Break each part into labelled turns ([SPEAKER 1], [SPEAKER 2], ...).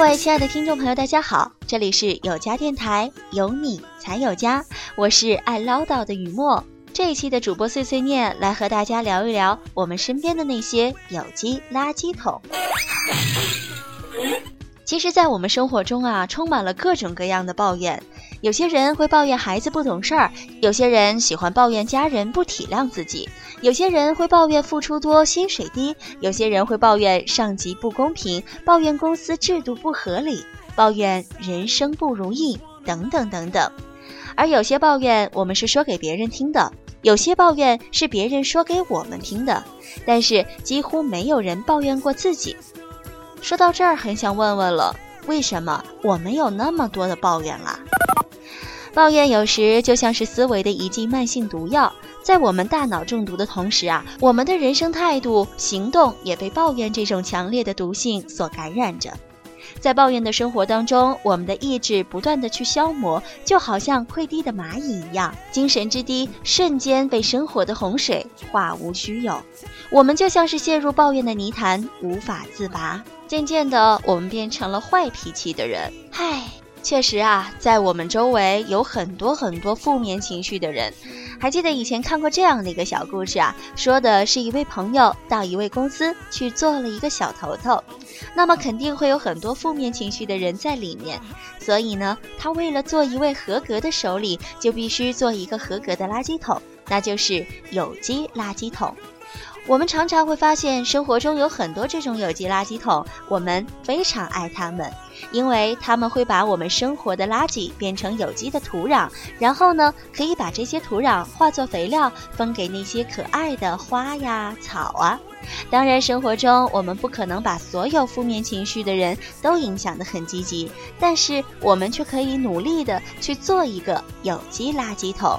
[SPEAKER 1] 位亲爱的听众朋友大家好，这里是有家电台，有你才有家，我是爱唠叨的雨墨。这一期的主播碎碎念来和大家聊一聊我们身边的那些有机垃圾桶。其实在我们生活中啊，充满了各种各样的抱怨。有些人会抱怨孩子不懂事儿，有些人喜欢抱怨家人不体谅自己，有些人会抱怨付出多薪水低，有些人会抱怨上级不公平，抱怨公司制度不合理，抱怨人生不如意等等等等。而有些抱怨我们是说给别人听的，有些抱怨是别人说给我们听的，但是几乎没有人抱怨过自己。说到这儿，很想问问了，为什么我们有那么多的抱怨啊？抱怨有时就像是思维的一剂慢性毒药，在我们大脑中毒的同时啊，我们的人生态度、行动也被抱怨这种强烈的毒性所感染着。在抱怨的生活当中，我们的意志不断的去消磨，就好像溃堤的蚂蚁一样，精神之堤瞬间被生活的洪水化无虚有。我们就像是陷入抱怨的泥潭，无法自拔。渐渐的，我们变成了坏脾气的人。确实啊，在我们周围有很多负面情绪的人。还记得以前看过这样的一个小故事啊，说的是一位朋友到一位公司去做了一个小头头，那么肯定会有很多负面情绪的人在里面，所以呢，他为了做一位合格的首领，就必须做一个合格的垃圾桶，那就是有机垃圾桶。我们常常会发现生活中有很多这种有机垃圾桶，我们非常爱它们，因为它们会把我们生活的垃圾变成有机的土壤，然后呢，可以把这些土壤化作肥料，分给那些可爱的花呀、草啊。当然，生活中我们不可能把所有负面情绪的人都影响得很积极，但是我们却可以努力的去做一个有机垃圾桶。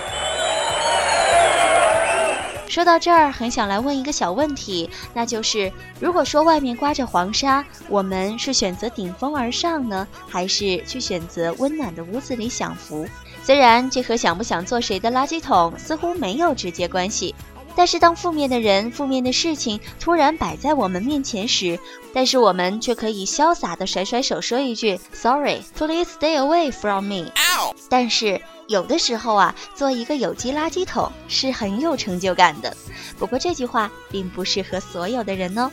[SPEAKER 1] 说到这儿，很想来问一个小问题，那就是如果说外面刮着黄沙，我们是选择顶风而上呢，还是去选择温暖的屋子里享福？虽然这和想不想做谁的垃圾桶似乎没有直接关系，但是当负面的人、负面的事情突然摆在我们面前时，但是我们却可以潇洒地甩甩手说一句 Sorry, please stay away from me。 但是有的时候啊，做一个有机垃圾桶是很有成就感的。不过这句话并不适合所有的人哦。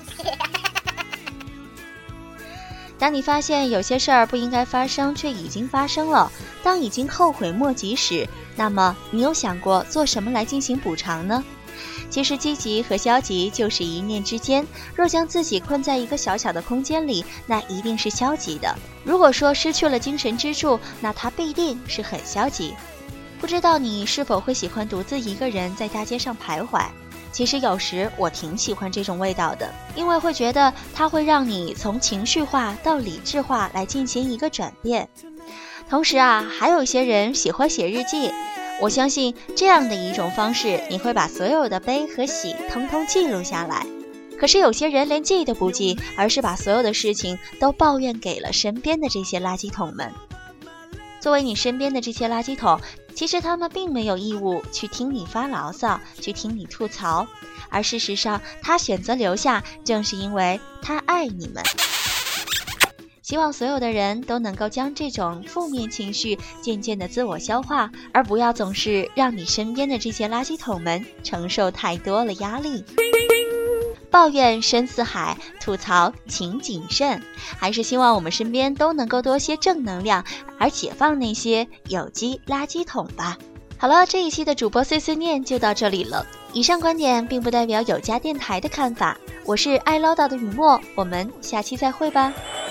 [SPEAKER 1] 当你发现有些事儿不应该发生却已经发生了，当已经后悔莫及时，那么你有想过做什么来进行补偿呢？其实积极和消极就是一念之间，若将自己困在一个小小的空间里，那一定是消极的。如果说失去了精神支柱，那它必定是很消极。不知道你是否会喜欢独自一个人在大街上徘徊？其实有时我挺喜欢这种味道的，因为会觉得它会让你从情绪化到理智化来进行一个转变。同时啊，还有一些人喜欢写日记，我相信这样的一种方式，你会把所有的悲和喜通通记录下来。可是有些人连记都不记，而是把所有的事情都抱怨给了身边的这些垃圾桶们。作为你身边的这些垃圾桶，其实他们并没有义务去听你发牢骚，去听你吐槽，而事实上他选择留下，正是因为他爱你们。希望所有的人都能够将这种负面情绪渐渐的自我消化，而不要总是让你身边的这些垃圾桶们承受太多了压力。抱怨深似海，吐槽请谨慎，还是希望我们身边都能够多些正能量，而解放那些有机垃圾桶吧。好了，这一期的主播碎碎念就到这里了，以上观点并不代表有家电台的看法，我是爱唠叨的雨墨，我们下期再会吧。